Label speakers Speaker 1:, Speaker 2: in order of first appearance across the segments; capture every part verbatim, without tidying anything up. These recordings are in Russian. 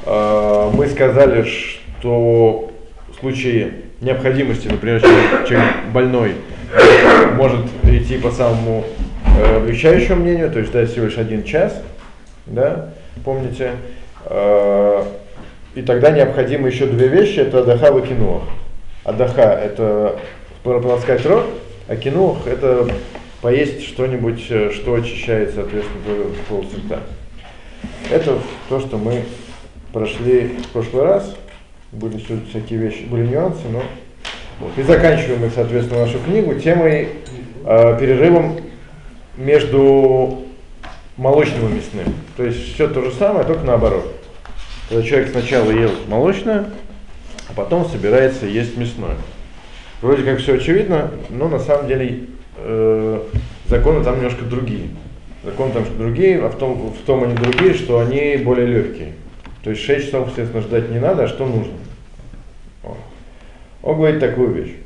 Speaker 1: э, мы сказали, что в случае необходимости, например, человек, человек больной может идти по самому э, облегчающему мнению, то есть ждать всего лишь один час, да, помните, э, и тогда необходимы еще две вещи, это адаха и кинуах. Адаха – это прополоскать рот, а кинуах – это поесть что-нибудь, что очищает, соответственно, полость рта. Это то, что мы прошли в прошлый раз. Были всякие вещи, были нюансы, но вот. И заканчиваем мы, соответственно, нашу книгу темой э, перерывом между молочным и мясным. То есть все то же самое, только наоборот. Когда человек сначала ел молочное, а потом собирается есть мясное. Вроде как все очевидно, но на самом деле э, законы там немножко другие. Законы там немножко другие, а в том, в том они другие, что они более легкие. То есть шесть часов, естественно, ждать не надо, а что нужно? О. Он говорит такую вещь.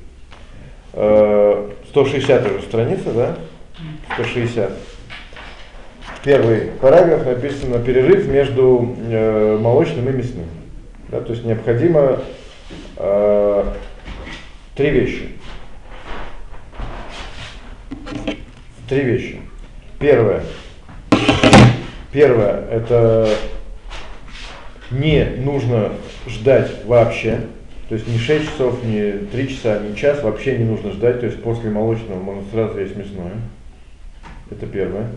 Speaker 1: сто шестидесятая уже страница, да? сто шестьдесят. Первый параграф написано перерыв между э, молочным и мясным. Да, то есть необходимо э, три вещи. Три вещи. Первое. Первое – это не нужно ждать вообще, то есть не шесть часов, не три часа, не час, вообще не нужно ждать, то есть после молочного можно сразу есть мясное. Это первое.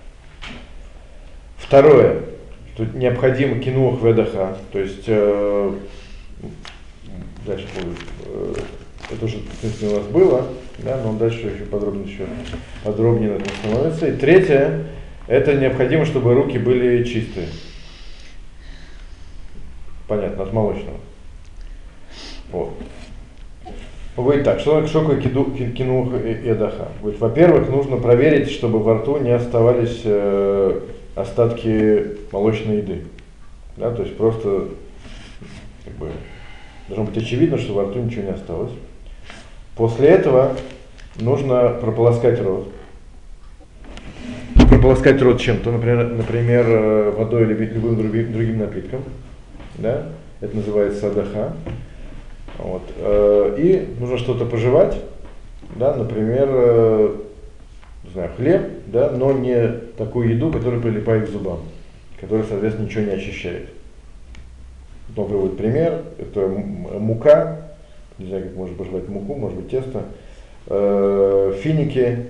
Speaker 1: Второе, что необходимо кинуах ведаха, то есть э, дальше будет, э, это уже в принципе у нас было, да, но дальше еще подробнее, еще подробнее на этом становится. И третье, это необходимо, чтобы руки были чистые. Понятно, от молочного. Вот. Он говорит так, что такое кинуах и адаха? Во-первых, нужно проверить, чтобы во рту не оставались э, остатки молочной еды. Да, то есть просто как бы, должно быть очевидно, что во рту ничего не осталось. После этого нужно прополоскать рот. Прополоскать рот чем-то, например, например водой или любым другим, другим напитком. Да? Это называется адаха. Вот. И нужно что-то пожевать, да? Например, не знаю, хлеб, да? Но не такую еду, которая прилипает к зубам, которая, соответственно, ничего не очищает. Он приводит пример, это мука, не знаю, как можно пожевать муку, может быть тесто, финики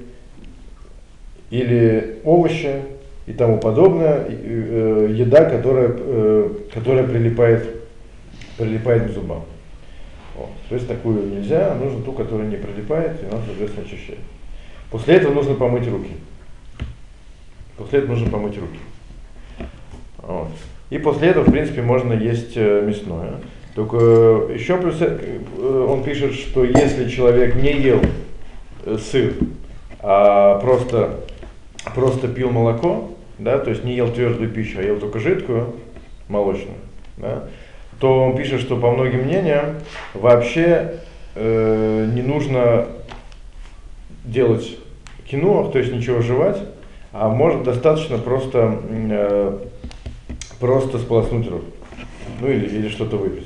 Speaker 1: или овощи и тому подобное, еда, которая, которая прилипает, прилипает к зубам. Вот. То есть такую нельзя, нужно ту, которая не прилипает, и она, соответственно, очищает. После этого нужно помыть руки. После этого нужно помыть руки. Вот. И после этого, в принципе, можно есть мясное. Только еще плюс он пишет, что если человек не ел сыр, а просто, просто пил молоко, да, то есть не ел твердую пищу, а ел только жидкую, молочную, да, то он пишет, что по многим мнениям вообще э, не нужно делать кинуах, то есть ничего жевать, а может достаточно просто, э, просто сполоснуть рот, ну или, или что-то выпить.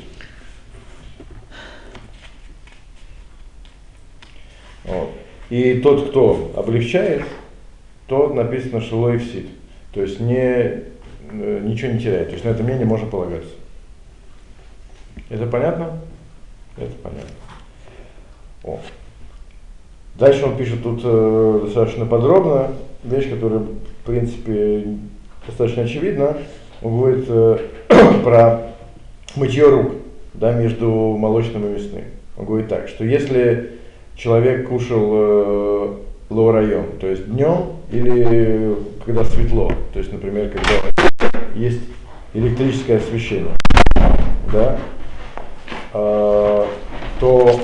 Speaker 1: Вот. И тот, кто облегчает, тот написано шелой всит, то есть не, ничего не теряет, то есть на это мнение можно полагаться. Это понятно? Это понятно. О. Дальше он пишет тут э, достаточно подробно, вещь, которая в принципе достаточно очевидна. Он говорит э, про мытье рук, да, между молочным и мясным. Он говорит так, что если человек кушал э, лоу-район, то есть днем или когда светло, то есть, например, когда есть электрическое освещение, да, э, то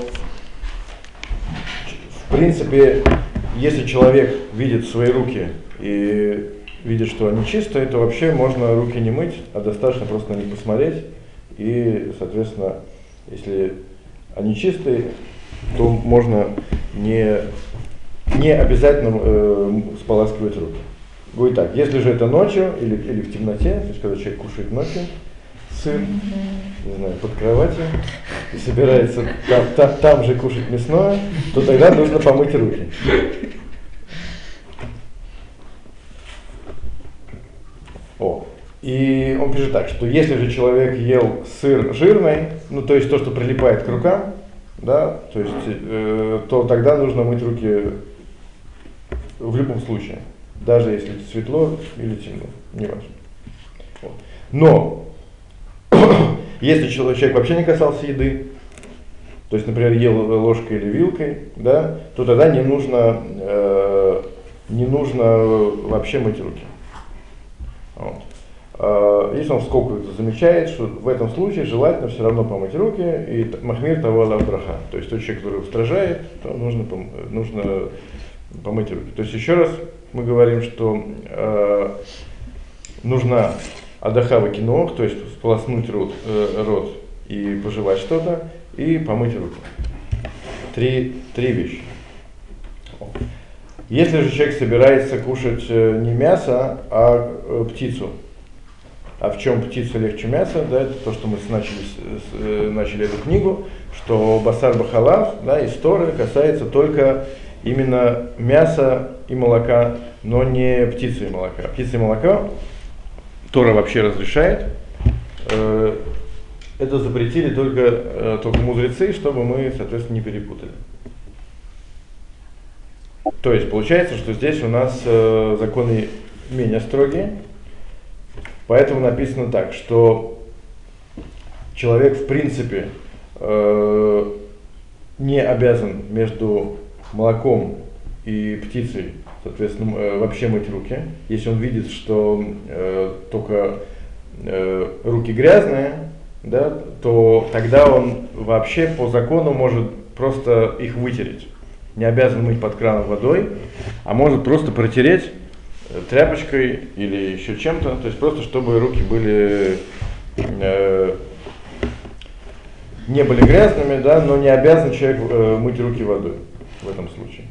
Speaker 1: в принципе, если человек видит свои руки и видит, что они чистые, то вообще можно руки не мыть, а достаточно просто на них посмотреть, и, соответственно, если они чистые, то можно не, не обязательно э, споласкивать руки. Будет так, если же это ночью или, или в темноте, то есть когда человек кушает ночью, сыр, не знаю, под кроватью и собирается там, там, там же кушать мясное, то тогда нужно помыть руки. О. И он пишет так, что если же человек ел сыр жирный, ну то есть то, что прилипает к рукам, да, то есть, э, то тогда нужно мыть руки в любом случае, даже если светло или темно, неважно. Вот. Но если человек вообще не касался еды, то есть, например, ел ложкой или вилкой, да, то тогда не нужно, э, не нужно вообще мыть руки. Вот. Если он в скобках замечает, что в этом случае желательно все равно помыть руки, и махмир того аллах браха. То есть тот человек, который устражает, то нужно, нужно помыть руки. То есть еще раз мы говорим, что э, нужна адаха вакинох, то есть сполоснуть рот, э, рот и пожевать что-то, и помыть руки. Три, три вещи. Если же человек собирается кушать не мясо, а птицу, а в чем птица легче мяса, да, это то, что мы начали, с, начали эту книгу, что басар бахалав, да, из Торы касается только именно мяса и молока, но не птицы и молока. Птица и молока Тора вообще разрешает. Э, это запретили только, э, только мудрецы, чтобы мы, соответственно, не перепутали. То есть получается, что здесь у нас э, законы менее строгие. Поэтому написано так, что человек в принципе э, не обязан между молоком и птицей, соответственно, э, вообще мыть руки. Если он видит, что э, только э, руки грязные, да, то тогда он вообще по закону может просто их вытереть. Не обязан мыть под краном водой, а может просто протереть тряпочкой или еще чем-то, то есть просто чтобы руки были э, не были грязными, да, но не обязан человек э, мыть руки водой в этом случае.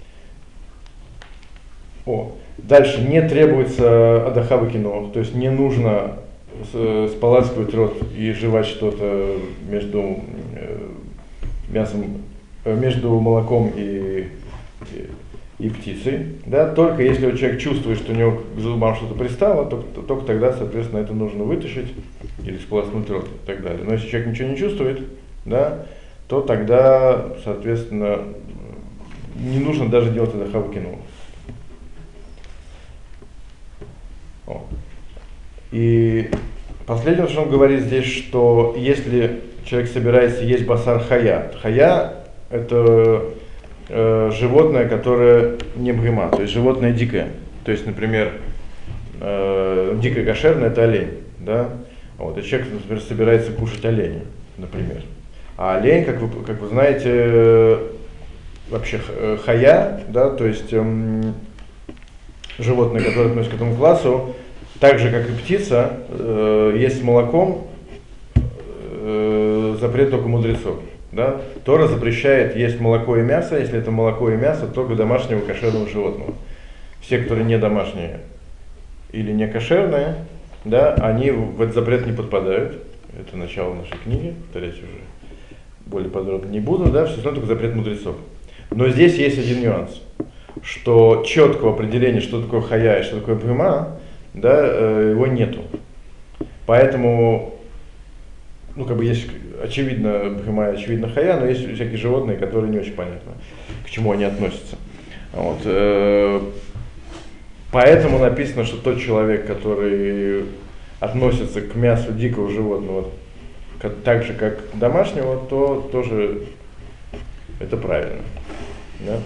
Speaker 1: О, дальше не требуется адаха вакинох, то есть не нужно с, споласкивать рот и жевать что-то между э, мясом, э, между молоком и, и и птицей, да, только если человек чувствует, что у него к зубам что-то пристало, то, то, только тогда, соответственно, это нужно вытащить или сполоснуть рот и так далее. Но если человек ничего не чувствует, да, то тогда, соответственно, не нужно даже делать адаха вакинох. И последнее, что он говорит здесь, что если человек собирается есть басар хая, хая это э, животное, которое не бхима, то есть животное дикое. То есть, например, э, дикое кошерное это олень, да? Вот, и человек, например, собирается кушать оленя, например. А олень, как вы, как вы знаете, вообще хая, да, то есть эм, животное, которое относится к этому классу, так же, как и птица, э, есть с молоком э, запрет только мудрецов. Да? Тора запрещает есть молоко и мясо, если это молоко и мясо, только домашнего кошерного животного. Все, которые не домашние или не кошерные, да, они в этот запрет не подпадают. Это начало нашей книги, повторять уже более подробно не буду, да, все равно только запрет мудрецов. Но здесь есть один нюанс, что четкого определения, что такое хая и что такое бхима, да, его нету. Поэтому, ну, как бы есть, очевидно, бхима и очевидно хая, но есть всякие животные, которые не очень понятно, к чему они относятся. Вот. Поэтому написано, что тот человек, который относится к мясу дикого животного так же, как домашнего, то тоже это правильно. Да?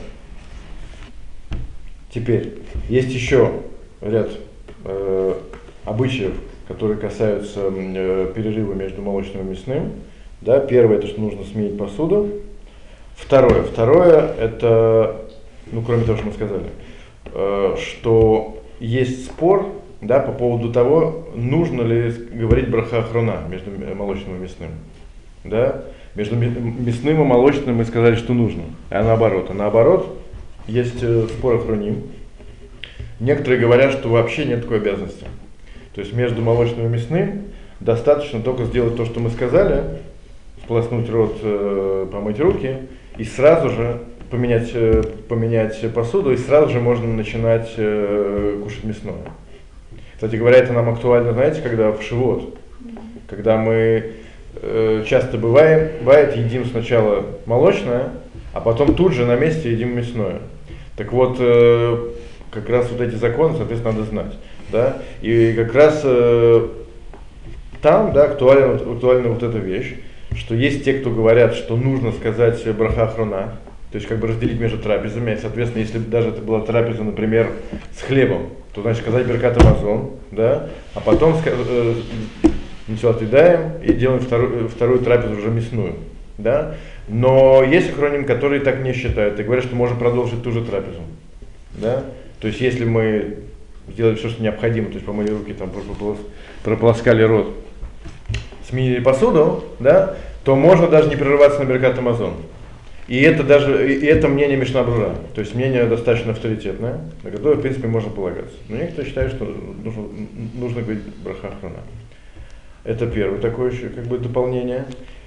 Speaker 1: Теперь, есть еще ряд э, обычаев, которые касаются э, перерыва между молочным и мясным. Да? Первое, это что нужно сменить посуду. Второе, второе это, ну кроме того, что мы сказали, э, что есть спор, да, по поводу того, нужно ли говорить браха ахрона между молочным и мясным. Да? Между мясным и молочным мы сказали, что нужно, а наоборот. А наоборот, есть спор ахроним. Некоторые говорят, что вообще нет такой обязанности. То есть между молочным и мясным достаточно только сделать то, что мы сказали, сполоснуть рот, э, помыть руки, и сразу же поменять, э, поменять посуду, и сразу же можно начинать э, кушать мясное. Кстати говоря, это нам актуально, знаете, когда в Шивот, когда мы э, часто бываем, бывает, едим сначала молочное, а потом тут же на месте едим мясное. Так вот, э, как раз вот эти законы, соответственно, надо знать. Да? И как раз э, там, да, актуальна, актуальна вот эта вещь, что есть те, кто говорят, что нужно сказать браха ахрона, то есть как бы разделить между трапезами. И, соответственно, если даже это была трапеза, например, с хлебом, то значит сказать беркат амазон, да, а потом э, ничего отъедаем и делаем вторую, вторую трапезу уже мясную. Да? Но есть охроним, которые так не считают и говорят, что можно продолжить ту же трапезу. Да? То есть если мы сделали все, что необходимо, то есть помыли руки, там, прополоскали рот, сменили посуду, да, то можно даже не прерываться на беркат амазон. И это даже, и это мнение Мишна Брура, то есть мнение достаточно авторитетное, на которое, в принципе, можно полагаться. Но некоторые считают, что нужно, нужно говорить браха ахрона. Это первое такое еще как бы дополнение.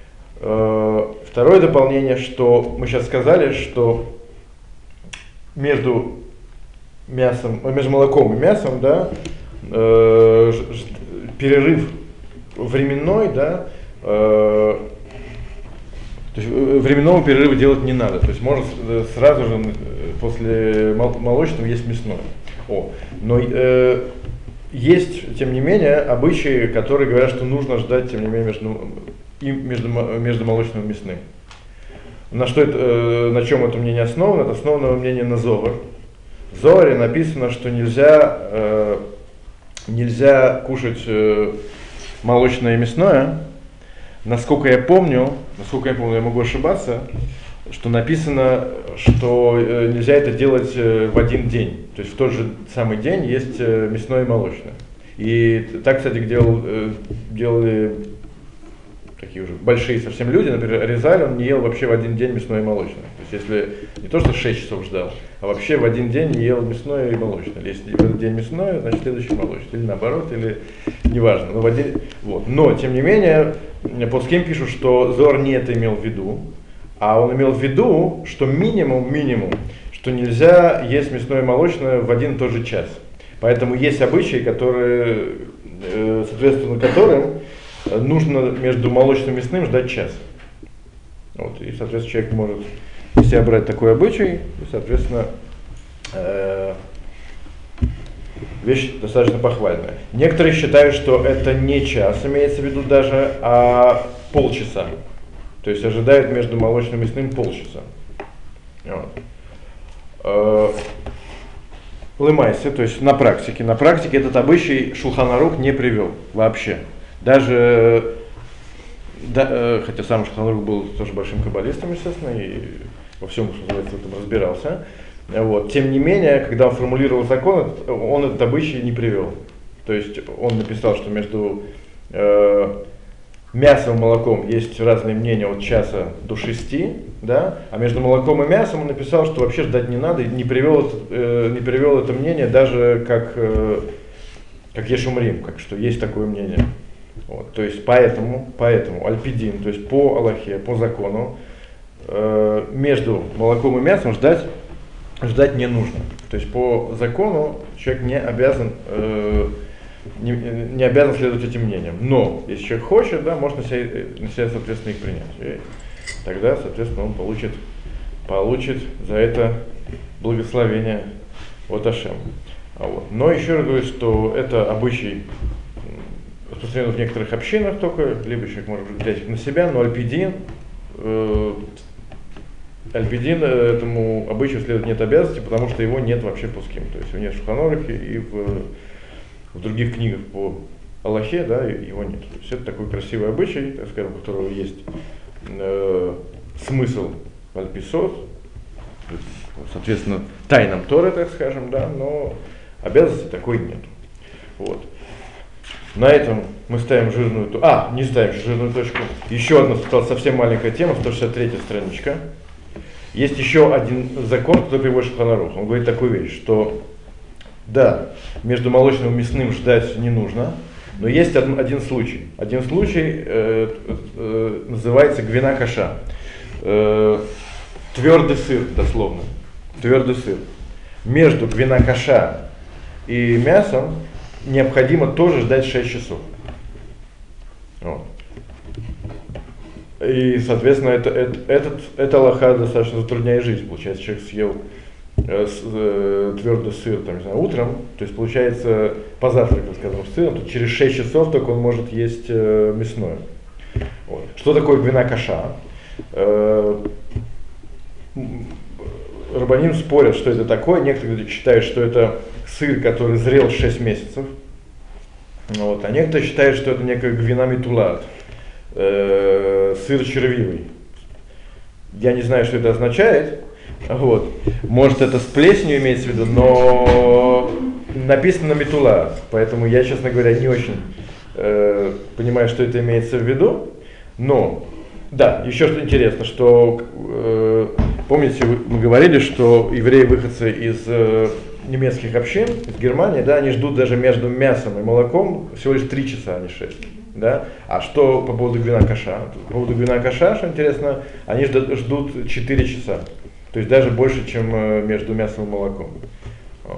Speaker 1: Второе дополнение, что мы сейчас сказали, что между мясом, между молоком и мясом, да, э, перерыв временной, да, э, то есть временного перерыва делать не надо. То есть можно сразу же после молочного есть мясное. О, но э, есть, тем не менее, обычаи, которые говорят, что нужно ждать, тем не менее, между, и между, между молочным и мясным. На, что это, э, на чем это мнение основано? Это основано мнение на Зоар. В Зоаре написано, что нельзя, э, нельзя кушать э, молочное и мясное. Насколько я помню, насколько я помню, я могу ошибаться, что написано, что э, нельзя это делать э, в один день. То есть в тот же самый день есть э, мясное и молочное. И так, кстати, делал, э, делали такие уже большие совсем люди, например, Резаль, он не ел вообще в один день мясное и молочное. То есть если не то, что шесть часов ждал, а вообще в один день не ел мясное и молочное. Если в этот день мясное, значит следующий молочное. Или наоборот, или неважно. Но, в один... вот. Но тем не менее, Поским пишут, что Зоар не это имел в виду, а он имел в виду, что минимум, минимум, что нельзя есть мясное и молочное в один и тот же час. Поэтому есть обычаи, которые, соответственно которым нужно между молочным и мясным ждать час. Вот, и, соответственно, человек может на себя брать такой обычай, и, соответственно, э, вещь достаточно похвальная. Некоторые считают, что это не час, имеется в виду даже, а полчаса. То есть ожидают между молочным и мясным полчаса. Вот. Э, Лымайся, то есть на практике. На практике этот обычай Шулхан Арух не привел вообще. Даже, да, хотя сам Шулхан Арух был тоже большим каббалистом, естественно, и во всем, что называется, в этом разбирался. Вот. Тем не менее, когда он формулировал закон, он этот обычай не привел. То есть он написал, что между э, мясом и молоком есть разные мнения от часа до шести, да? А между молоком и мясом он написал, что вообще ждать не надо, и не привел, э, не привел это мнение даже как, э, как Ешумрим, как что есть такое мнение. Вот. То есть поэтому, поэтому альпидин, то есть по Аллахе, по закону, э, между молоком и мясом ждать, ждать не нужно. То есть по закону человек не обязан э, Не, не обязан следовать этим мнениям. Но, если человек хочет, да, можно на себя, на себя, соответственно, их принять. И тогда, соответственно, он получит, получит за это благословение от Ашем. А вот. Но еще раз говорю, что это обычай распространен в некоторых общинах только, либо человек может взять их на себя, но альпидин, э, альпидин этому обычаю следовать нет обязанности, потому что его нет вообще пуским. То есть его нет в Шулхан Арухе и в В других книгах по Аллахе, да, его нет. То есть это такой красивый обычай, так скажем, у которого есть э, смысл альписот, соответственно, тайнам Торы, так скажем, да, но обязанности такой нет. Вот. На этом мы ставим жирную точку. А, не ставим жирную точку. Еще одна совсем маленькая тема, сто шестьдесят третья страничка. Есть еще один закон, который приводит Шулхан Арух. Он говорит такую вещь, что да, между молочным и мясным ждать не нужно, Но есть один, один случай. Один случай э, э, называется гвина каша. Э, твердый сыр, дословно. Твердый сыр. Между гвина каша и мясом необходимо тоже ждать шесть часов. Вот. И, соответственно, это, это, этот, эта алаха достаточно затрудняет жизнь. Получается, человек съел э, с, э, твердый сыр там, не знаю, утром, то есть, получается, позавтракал, скажем, с сыром, то через шесть часов только он может есть э, мясное. Вот. Что такое гвина каша? Э, Рабаним спорят, что это такое. Некоторые считают, что это сыр, который зрел шесть месяцев. Вот. А некоторые считают, что это некая гвина митулат. Сыр червивый. Я не знаю, что это означает. Вот. Может, это с плесенью имеется в виду, но написано митула. Поэтому я, честно говоря, не очень э, понимаю, что это имеется в виду. Но, да, еще что интересно, что э, помните, мы говорили, что евреи-выходцы из э, немецких общин, из Германии, да, они ждут даже между мясом и молоком всего лишь три часа, а не шесть. Да? А что по поводу гвина каша? По поводу гвина каша, что интересно, они ждут четыре часа. То есть даже больше, чем между мясом и молоком. Вот.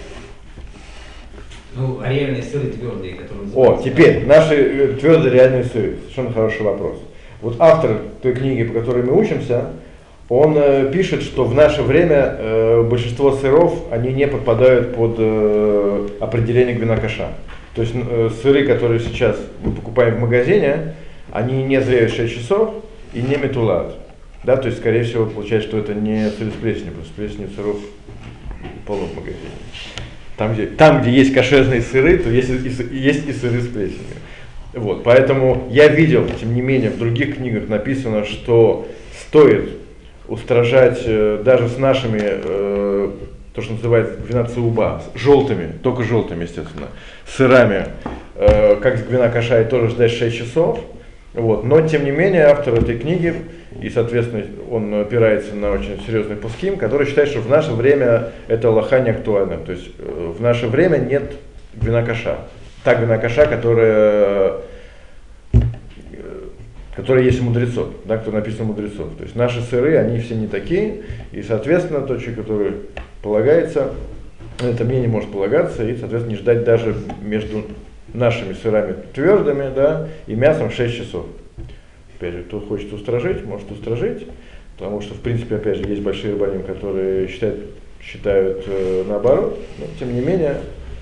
Speaker 2: Ну, а реальные сыры твердые, которые...
Speaker 1: О, теперь, наши твердые реальные сыры. Совершенно хороший вопрос. Вот автор той книги, по которой мы учимся, он э, пишет, что в наше время э, большинство сыров, они не подпадают под э, определение гвина каша. То есть э, сыры, которые сейчас мы покупаем в магазине, они не зреют шесть часов и не метулат. Да, то есть, скорее всего, получается, что это не сыры с плесенью, потому что плесенью сыров полно в магазине. Там где, там, где есть кошерные сыры, то есть и, есть и сыры с плесенью. Вот, поэтому я видел, тем не менее, в других книгах написано, что стоит устражать э, даже с нашими... Э, то, что называется гвина цауба, желтыми, только желтыми, естественно, сырами, э, как с гвина каша, и тоже ждать шесть часов. Вот. Но, тем не менее, автор этой книги, и, соответственно, он опирается на очень серьезный пуским, который считает, что в наше время эта алаха не актуальна. То есть э, в наше время нет гвина каша. Та гвина каша, которая, э, которая есть у мудрецов, да, кто написан у мудрецов. То есть наши сыры, они все не такие, и, соответственно, тот человек, который полагается, это мнение может полагаться, и, соответственно, не ждать даже между нашими сырами твердыми, да, и мясом шесть часов. Опять же, кто хочет устражить, может устражить, потому что, в принципе, опять же, есть большие рабаним, которые считают, считают э, наоборот, но, тем не менее,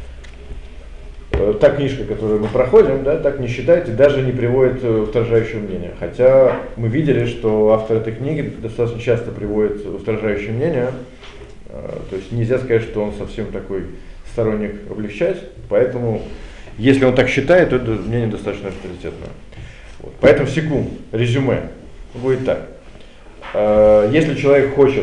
Speaker 1: э, та книжка, которую мы проходим, да, так не считает и даже не приводит э, устражающее мнение. Хотя мы видели, что автор этой книги достаточно часто приводит устражающее мнение. То есть нельзя сказать, что он совсем такой сторонник облегчать, поэтому, если он так считает, то это мнение достаточно авторитетное. Вот. Поэтому секунд, резюме будет так. Если человек хочет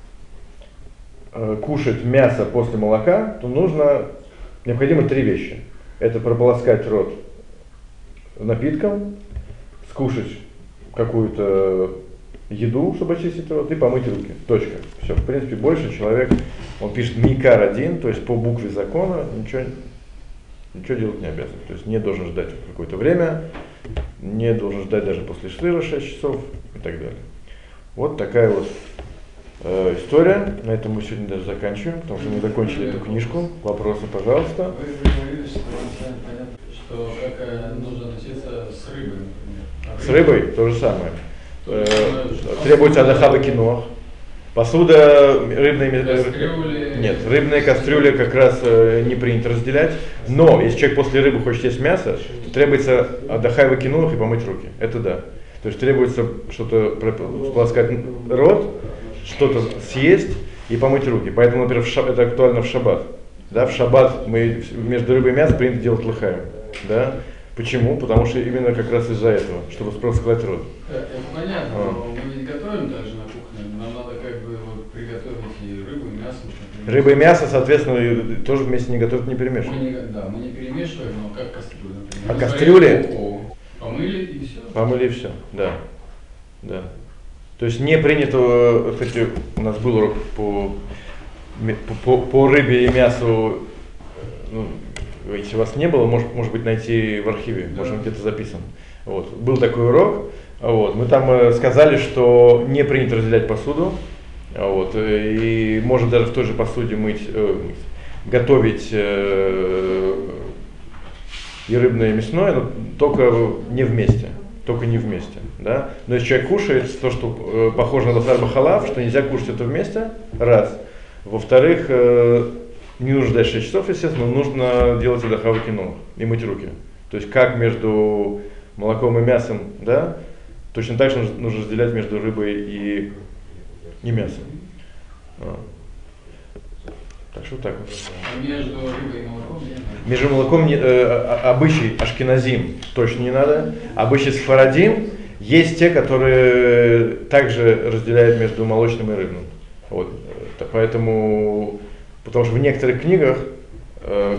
Speaker 1: кушать мясо после молока, то нужно, необходимо три вещи. Это прополоскать рот напитком, скушать какую-то еду, чтобы очистить рот, и помыть руки. Точка. Все. В принципе, больше человек, он пишет микар один, то есть по букве закона, ничего, ничего делать не обязан. То есть не должен ждать какое-то время, не должен ждать даже после штыра шесть часов и так далее. Вот такая вот э, история. На этом мы сегодня даже заканчиваем, потому что мы закончили эту книжку. Вопросы, пожалуйста.
Speaker 3: Вы говорили, что понятно, что как нужно относиться с рыбой, например.
Speaker 1: С рыбой то же самое. Э, требуется адаха бекинох. Посуда, рыбные...
Speaker 3: Кастрюли.
Speaker 1: Нет, рыбные кастрюли как раз э, не принято разделять. Но если человек после рыбы хочет есть мясо, то требуется адаха бекинох и помыть руки. Это да. То есть требуется что-то сполоскать рот, что-то съесть и помыть руки. Поэтому, например, в шаб, это актуально в шаббат. Да, в шаббат мы между рыбой и мясом принято делать лыхаем. Да? Почему? Потому что именно как раз из-за этого, чтобы сполоскать рот.
Speaker 3: Это понятно, а. но мы не готовим даже на кухне. Нам надо как бы вот приготовить и рыбу, и мясо. Например.
Speaker 1: Рыба и мясо, соответственно, тоже вместе не готовят, не перемешивают.
Speaker 3: Мы не, да, мы не перемешиваем, но как кастрюли, например.
Speaker 1: А мы кастрюли?
Speaker 3: Помыли и все.
Speaker 1: Помыли и все, да. Да. То есть не принято, кстати, у нас был урок по, по, по рыбе и мясу, ну, если у вас не было, может, может быть, найти в архиве, может быть, где-то записан. Вот. Был такой урок, вот. Мы там э, сказали, что не принято разделять посуду, вот. И может даже в той же посуде мыть, э, готовить э, и рыбное, и мясное, но только не вместе. Только не вместе, да. Но если человек кушает то, что э, похоже на басар бахалав, что нельзя кушать это вместе, раз. Во-вторых, э, не нужно ждать шесть часов, естественно, нужно делать адахава кино и мыть руки. То есть как между молоком и мясом, да, точно так же нужно разделять между рыбой и, и мясом. А. Так что вот так вот.
Speaker 3: А между рыбой и молоком нет?
Speaker 1: Между молоком не, э, обычай ашкеназим точно не надо. Обычай сфарадим есть те, которые также разделяют между молочным и рыбным. Вот. Поэтому, потому что в некоторых книгах э,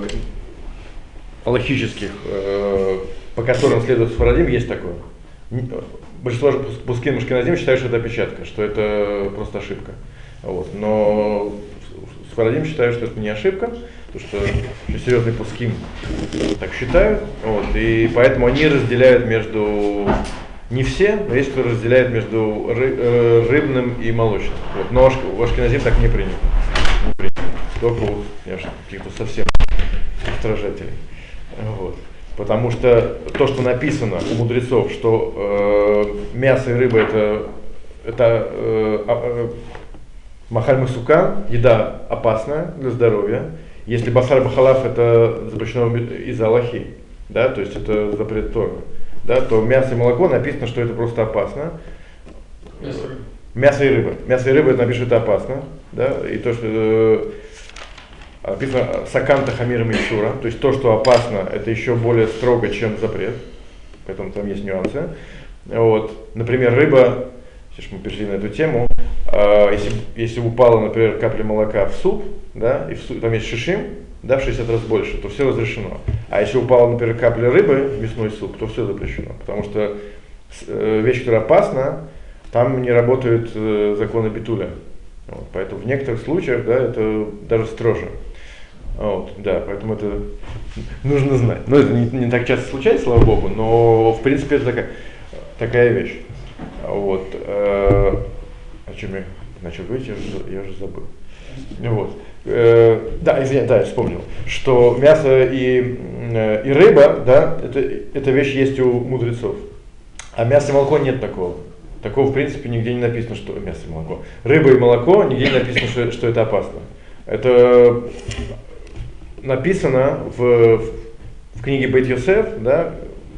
Speaker 1: алахических, э, по которым следует сфарадим, есть такое. Большинство пуским ашкеназим считают, что это опечатка, что это просто ошибка. Вот. Но сфарадим считают, что это не ошибка, потому что очень серьезный пуским так считают, вот, и поэтому они разделяют между, не все, но есть кто разделяет между ры, э, рыбным и молочным. Вот, но в ашкеназим так не принято. Не принято. Только у каких-то совсем устражателей. Вот. Потому что то, что написано у мудрецов, что э, мясо и рыба это, это э, э, махаль масукан, еда опасная для здоровья. Если басар бахалав это запрещено из-за Аллахи, да, то есть это запрет Торы, да, то мясо и молоко написано, что это просто опасно.
Speaker 3: Мясо,
Speaker 1: мясо и рыба. Мясо и рыба это написано, что это опасно, да, и то, что э, написано саканта хамира мишура, то есть то, что опасно, это еще более строго, чем запрет, поэтому там есть нюансы. Вот, например, рыба, сейчас мы перешли на эту тему. Если, если упала, например, капля молока в суп, да, и в суп, там есть шишим, да, в шестьдесят раз больше, то все разрешено. А если упала, например, капля рыбы в мясной суп, то все запрещено. Потому что э, вещь, которая опасна, там не работают э, законы битуля. Вот, поэтому в некоторых случаях, да, это даже строже. Вот, да, поэтому это нужно знать. Но это не, не так часто случается, слава богу, но в принципе это такая, такая вещь. Вот. Э, О чем я начал говорить, я уже, я уже забыл. Вот. Э, да, извиняюсь, да, я вспомнил, что мясо и, э, и рыба, да, это, эта вещь есть у мудрецов. А мясо и молоко нет такого. Такого, в принципе, нигде не написано, что мясо и молоко. Рыба и молоко, нигде не написано, что, что это опасно. Это написано в, в книге Бейт Йосеф, да,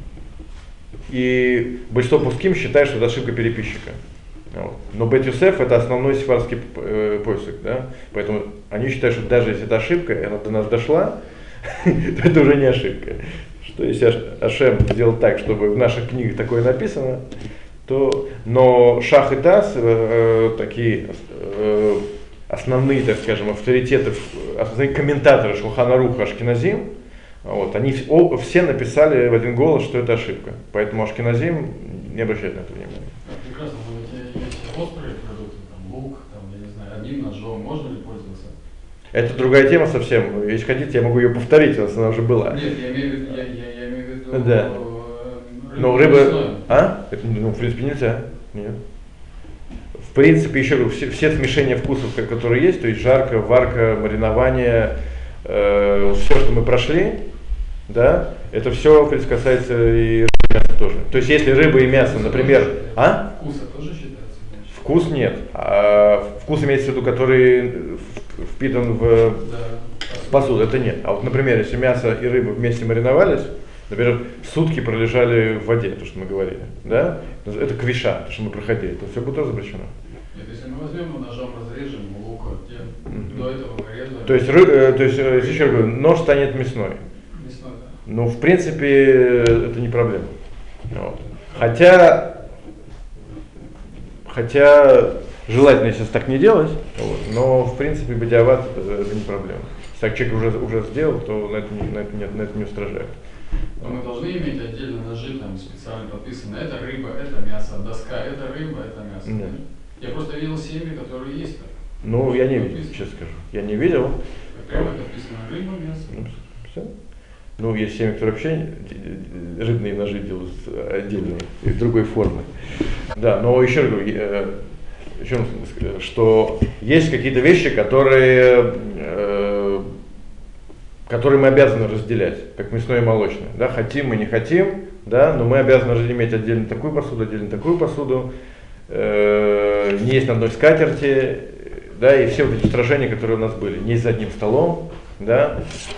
Speaker 1: и большинство пуским считает, что это ошибка переписчика. Вот. Но Бейт Йосеф это основной сефардский э, посох, да? Поэтому они считают, что даже если это ошибка, и она до нас дошла, то это уже не ошибка. Что если Ашем сделал так, чтобы в наших книгах такое написано, то, но Шах и Тас, э, такие э, основные, так скажем, авторитеты, основные комментаторы Шулхан Аруха Ашкеназим, вот, они о, все написали в один голос, что это ошибка. Поэтому Ашкеназим не обращает на это внимания.
Speaker 3: Прекрасно, но у тебя есть острые продукты, там лук, там, я не знаю, одним ножом, можно ли пользоваться?
Speaker 1: Это другая тема совсем. Если хотите, я могу ее повторить, у нас она уже была.
Speaker 3: Нет, я имею в виду, я, я, я имею в виду
Speaker 1: Да.
Speaker 3: рыбу.
Speaker 1: Но рыба... А? Это, ну, в принципе, нельзя. Нет. В принципе, еще говорю, все, все смешения вкусов, которые есть, то есть жарка, варка, маринование, э, все, что мы прошли, да, это все, в принципе, касается и мяса тоже. То есть, если рыба и мясо, например... А?
Speaker 3: Вкуса тоже считается? Значит?
Speaker 1: Вкус нет. А вкус имеется в виду, который впитан в
Speaker 3: Да.
Speaker 1: посуду, это нет. А вот, например, если мясо и рыба вместе мариновались, например, сутки пролежали в воде, то, что мы говорили, да, это квиша, то, что мы проходили, то все будет тоже запрещено.
Speaker 3: Нет, если мы возьмем, ножом разрежем лук, mm-hmm. до этого мы резали.
Speaker 1: То есть, ры, то есть, еще говорю, нож станет мясной.
Speaker 3: Мясной, да.
Speaker 1: Ну, в принципе, это не проблема. Вот. Хотя, хотя, желательно, если так не делать, вот, но, в принципе, бадиават это, это не проблема. Если так человек уже, уже сделал, то на это, на это, не, на это не устражают.
Speaker 3: Но мы должны иметь отдельно ножи, там специально подписано, это рыба, это мясо, доска, это рыба, это мясо.
Speaker 1: Нет.
Speaker 3: Я просто видел семьи, которые есть так.
Speaker 1: Ну, я не видел, честно скажу. Я не видел.
Speaker 3: Прямо подписано рыба, мясо.
Speaker 1: Ну, все. Ну, есть семьи, которые вообще рыбные ножи делают отдельные, другой формы. Да, но еще раз говорю, э, еще, что есть какие-то вещи, которые, э, которые мы обязаны разделять, как мясное и молочное. Да, хотим мы, не хотим, да, но мы обязаны иметь отдельно такую посуду, отдельно такую посуду, э, не есть на одной скатерти, да, и все вот эти устражения, которые у нас были, не есть за одним столом, да,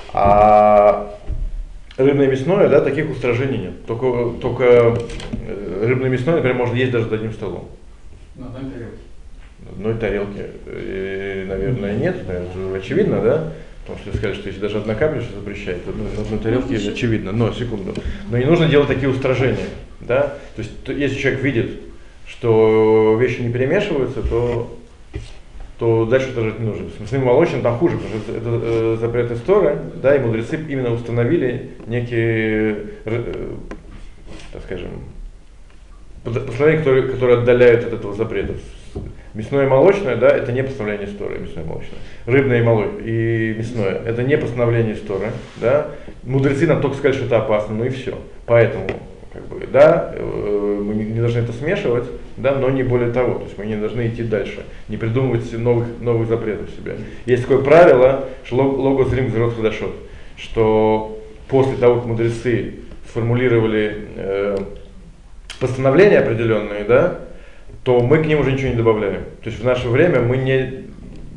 Speaker 1: а рыбное и мясное, да, таких устражений нет. Только, только рыбное и мясное, например, можно есть даже за одним столом.
Speaker 3: На одной тарелке.
Speaker 1: На одной тарелке, э, наверное, нет, это очевидно, да? Потому что сказали, что если даже одна капля что запрещает, то на одной тарелке ну, очевидно. Но, секунду. Но не нужно делать такие устражения, да? То есть, то, если человек видит, что вещи не перемешиваются, то то дальше устражать не нужно. С мясным и молочным там хуже, потому что это э, запрет истории, да, и мудрецы именно установили некие, э, так скажем, постановления, которые, которые отдаляют от этого запрета. Мясное и молочное, да, это не постановление истории, мясное и молочное. Рыбное и, моло... и мясное, это не постановление истории, да. Мудрецы нам только сказали, что это опасно, ну и все. Поэтому, как бы, да, мы не должны это смешивать, да, но не более того. То есть мы не должны идти дальше, не придумывать новых, новых запретов себе. Есть такое правило, что логос рим гзерот хадашот, что после того, как мудрецы сформулировали э, постановления определенные, да, то мы к ним уже ничего не добавляем. То есть в наше время мы не,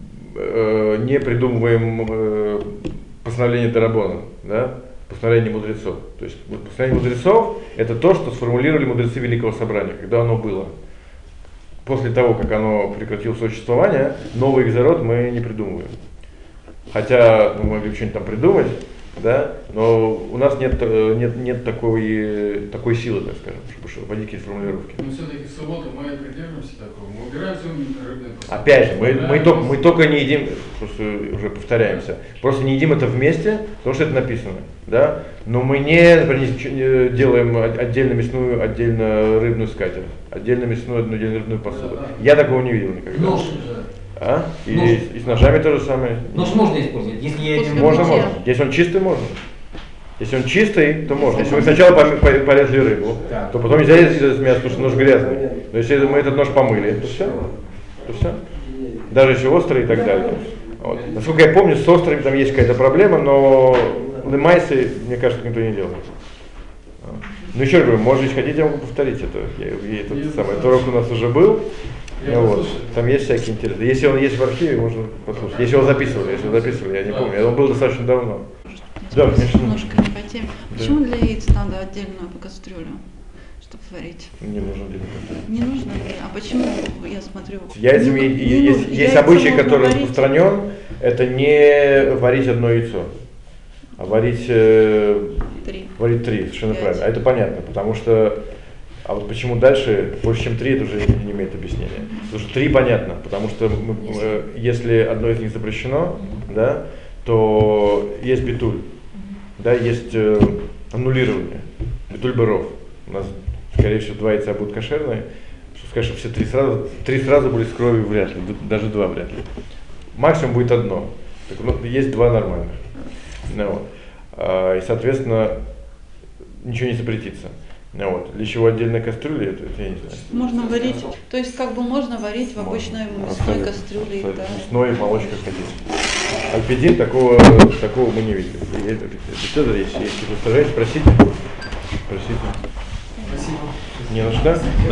Speaker 1: э, не придумываем э, постановление Дарабона, да, постановление мудрецов. То есть постановление мудрецов это то, что сформулировали мудрецы Великого Собрания, когда оно было. После того, как оно прекратило существование, новый гзерот мы не придумываем. Хотя мы могли что-нибудь там придумать, да, но у нас нет, нет, нет такой, такой силы, так скажем, чтобы вводить какие-то формулировки.
Speaker 3: Но все-таки в субботу мы придерживаемся такого, мы убираем все рыбное посуду.
Speaker 1: Опять же, мы, мы, только, мы только не едим, просто уже повторяемся, просто не едим это вместе, потому что это написано, да, но мы не, например, не делаем отдельно мясную, отдельно рыбную скатерть, отдельно мясную, отдельно рыбную посуду. Да, да. Я такого не видел никогда.
Speaker 2: Нож.
Speaker 1: А? И, и с ножами то же самое.
Speaker 2: Нож можно использовать, если я этим...
Speaker 1: Можно, можно. Если он чистый, можно. Если он чистый, то можно. Если мы сначала порезали рыбу, да, то потом нельзя резать это мясо, потому что нож грязный. Но если мы этот нож помыли, то все. То все. Даже если острый и так далее. Вот. Насколько я помню, с острыми там есть какая-то проблема, но лемайсы, мне кажется, никто не делает. Ну еще раз говорю, может, если хотите, я могу повторить это. Я, я, этот самый, этот урок у нас уже был. Ну, вот. Там есть всякие интересные. Если он есть в архиве, можно послушать. Если его записывали, если его записывали, я не помню. Он был достаточно давно.
Speaker 4: Да, конечно. Немножко не по теме. Да. Почему для яиц надо отдельную кастрюлю, чтобы варить?
Speaker 1: Не нужно отдельную кастрюлю.
Speaker 4: Не нужно? А почему, я смотрю...
Speaker 1: Яйцам ну, есть, ну, есть обычай, который распространен, это не варить одно яйцо, а варить э, три. Варить три, совершенно Пять. Правильно. А это понятно, потому что... А вот почему дальше больше, чем три, это уже не имеет объяснения. Потому что три понятно, потому что мы, э, если одно из них запрещено, да, то есть битуль, да, есть э, аннулирование, битуль баров. У нас, скорее всего, два яйца будут кошерные, что скажешь, что все три сразу, три сразу были с кровью вряд ли, даже два вряд ли. Максимум будет одно, так, ну, есть два нормальных. Ну, вот. а, и, соответственно, ничего не запретится. Вот. Для чего отдельная кастрюля, это, это я не знаю.
Speaker 4: Можно варить, то есть как бы можно варить в обычной мясной кастрюле. Да.
Speaker 1: Мясной, молочка хотите. Альпидин такого, такого мы не видели. Это есть, если вы стараетесь, просите. Просите.
Speaker 3: Спасибо.
Speaker 1: Не на что?